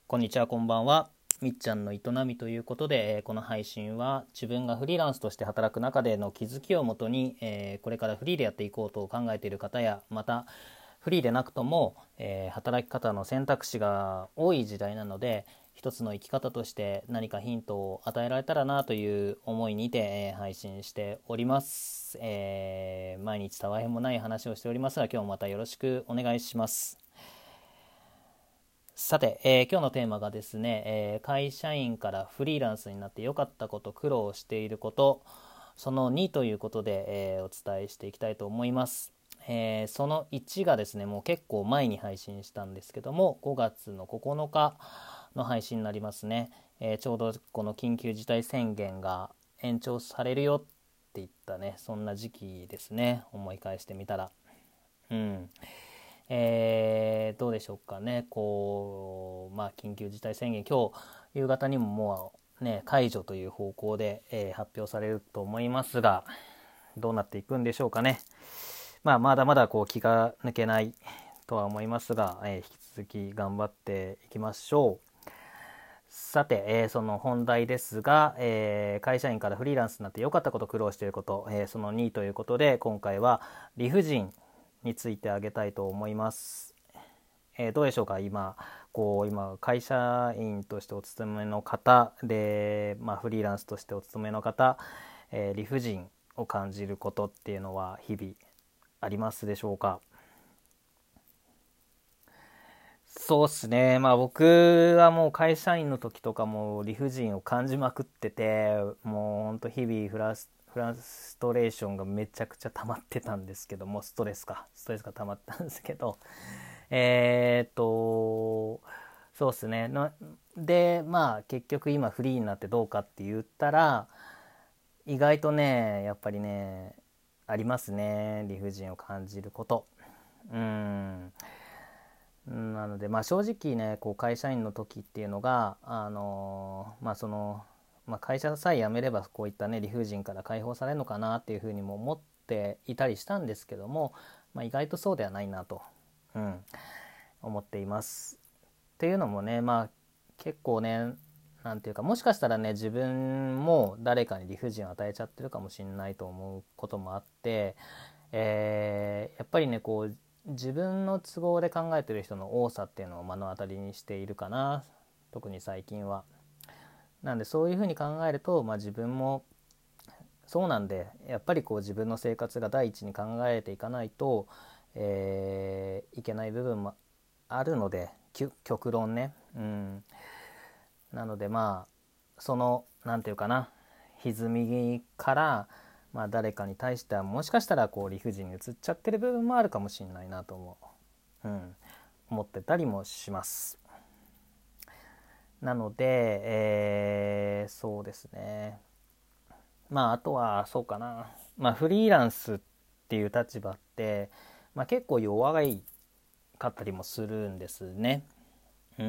こんにちは、こんばんは。みっちゃんの営みということで、この配信は自分がフリーランスとして働く中での気づきをもとに、これからフリーでやっていこうと考えている方や、またフリーでなくとも、働き方の選択肢が多い時代なので、一つの生き方として何かヒントを与えられたらなという思いにて、配信しております。毎日たわいもない話をしておりますが、今日もまたよろしくお願いします。さて、今日のテーマがですね、会社員からフリーランスになって良かったこと、苦労していること、その2ということで、お伝えしていきたいと思います。その1がですね、もう結構前に配信したんですけども、5月の9日の配信になりますね。ちょうどこの緊急事態宣言が延長されるよっていったね、そんな時期ですね、思い返してみたら。うん。どうでしょうかね、緊急事態宣言、今日夕方にももうね、解除という方向で、発表されると思いますが、どうなっていくんでしょうかね。まだまだ気が抜けないとは思いますが、引き続き頑張っていきましょう。さて、その本題ですが、会社員からフリーランスになって良かったこと、苦労していること、その2ということで、今回は理不尽について挙げたいと思います。どうでしょうか。今会社員としてお勤めの方で、フリーランスとしてお勤めの方、理不尽を感じることっていうのは日々ありますでしょうか。そうっすね。僕はもう会社員の時とかも理不尽を感じまくってて、もうほんと日々フラストレーションがめちゃくちゃ溜まってたんですけども、ストレスが溜まったんですけど、えーっと、そうっすね。結局今フリーになってどうかって言ったら、意外とね、やっぱりね、ありますね。理不尽を感じること。うん。なので、正直ね、会社員の時っていうのが、会社さえ辞めればこういったね、理不尽から解放されるのかなっていうふうにも思っていたりしたんですけども、意外とそうではないなと、思っています。っていうのもね、結構ね、なんていうか、もしかしたらね、自分も誰かに理不尽を与えちゃってるかもしれないと思うこともあって、やっぱりね、自分の都合で考えてる人の多さっていうのを目の当たりにしているかな、特に最近は。なんでそういうふうに考えると、自分もそうなんで、やっぱり自分の生活が第一に考えていかないと、いけない部分もあるので、極論ね。なのでそのなんていうかな、歪みから、誰かに対してはもしかしたら理不尽に移っちゃってる部分もあるかもしれないなと思ってたりもします。なので、そうですね。あとはそうかな。フリーランスっていう立場って、結構弱いかったりもするんですね。うん。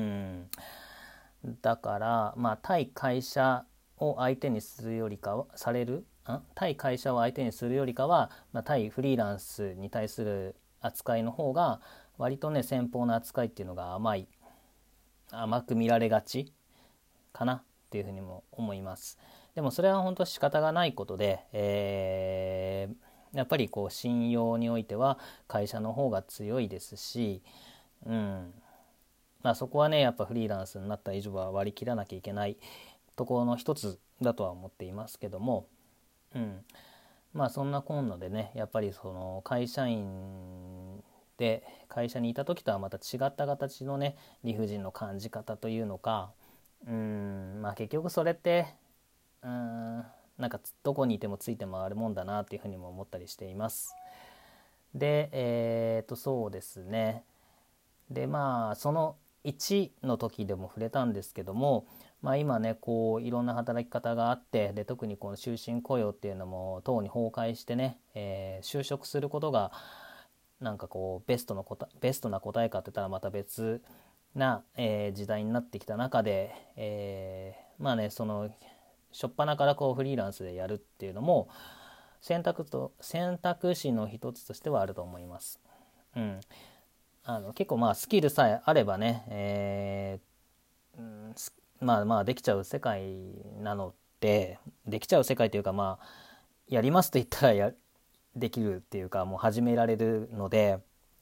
だから、対会社を相手にするよりかは、対会社を相手にするよりかは、対フリーランスに対する扱いの方が、割とね、先方の扱いっていうのが甘く見られがちかなっていうふうにも思います。でもそれは本当仕方がないことで、やっぱり信用においては会社の方が強いですし、うん、そこはね、やっぱフリーランスになった以上は割り切らなきゃいけないところの一つだとは思っていますけども、そんなこんなでね、やっぱりその会社員で会社にいた時とはまた違った形のね、理不尽の感じ方というのか、結局それってなんかどこにいてもついて回るもんだなっていうふうにも思ったりしています。で、そうですね。でその1の時でも触れたんですけども、今ねいろんな働き方があって、で特にこの終身雇用っていうのもとうに崩壊してね、就職することがなんかベストな答えかって言ったらまた別な、時代になってきた中で、その初っ端からフリーランスでやるっていうのも選択肢の一つとしてはあると思います。結構スキルさえあればね、 まあまあできちゃう世界なので、できちゃう世界というか、まあやりますと言ったらできるっていうか、もう始められるので、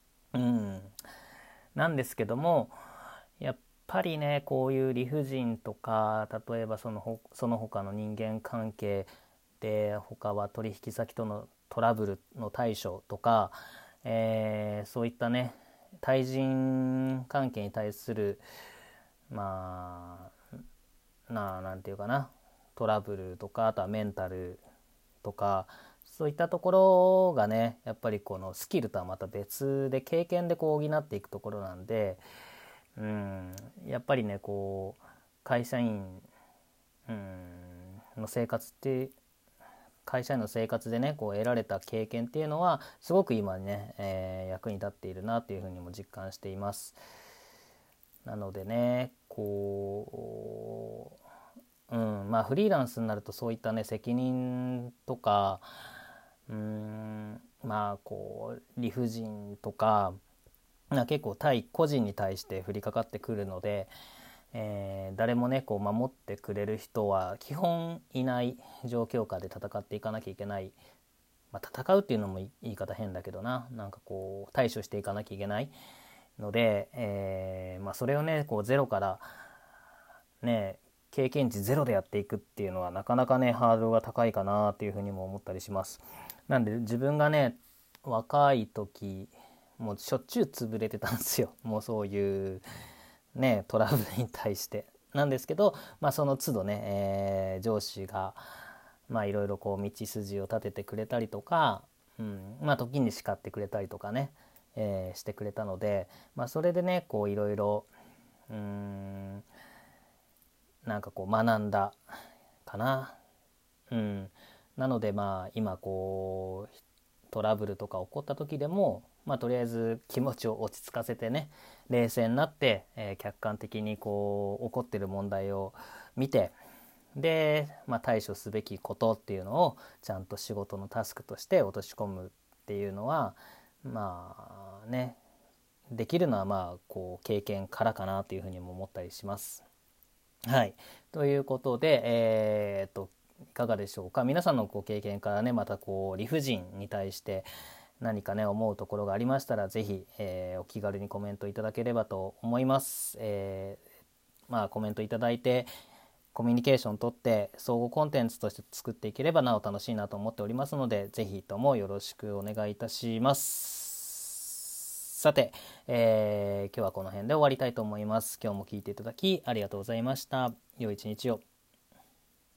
なんですけども、やっぱりね、こういう理不尽とか、例えばその他の人間関係で、他は取引先とのトラブルの対処とか、そういったね、対人関係に対する、まなんていうかな、トラブルとか、あとはメンタルとか、そういったところがね、やっぱりこのスキルとはまた別で、経験でこう補っていくところなんで、やっぱりね、こう会社員、の生活って会社員の生活でね、こう得られた経験っていうのはすごく今ね、役に立っているなっていうふうにも実感しています。なのでね、こう、まあフリーランスになるとそういったね、責任とか、まあこう理不尽とか、結構対個人に対して降りかかってくるので、誰もねこう守ってくれる人は基本いない状況下で戦っていかなきゃいけない、戦うっていうのも言い方変だけどな、なんかこう対処していかなきゃいけないので、それをねこうゼロからね、経験値ゼロでやっていくっていうのはなかなかねハードルが高いかなっていうふうにも思ったりします。なんで自分がね若い時もうしょっちゅう潰れてたんですよ、もうそういうねトラブルに対してなんですけど、その都度ね、上司がいろいろこう道筋を立ててくれたりとか、時に叱ってくれたりとかね、してくれたので、それでねこういろいろなんかこう学んだかな。なので今こうトラブルとか起こった時でも、とりあえず気持ちを落ち着かせてね、冷静になって、客観的にこう起こってる問題を見て、で、対処すべきことっていうのをちゃんと仕事のタスクとして落とし込むっていうのはできるのはこう経験からかなというふうにも思ったりします。はい、ということで、いかがでしょうか。皆さんのご経験からね、またこう理不尽に対して何かね思うところがありましたら、ぜひ、お気軽にコメントいただければと思います。コメントいただいてコミュニケーションとって相互コンテンツとして作っていければなお楽しいなと思っておりますので、ぜひともよろしくお願いいたします。さて、今日はこの辺で終わりたいと思います。今日も聞いていただきありがとうございました。良い一日を。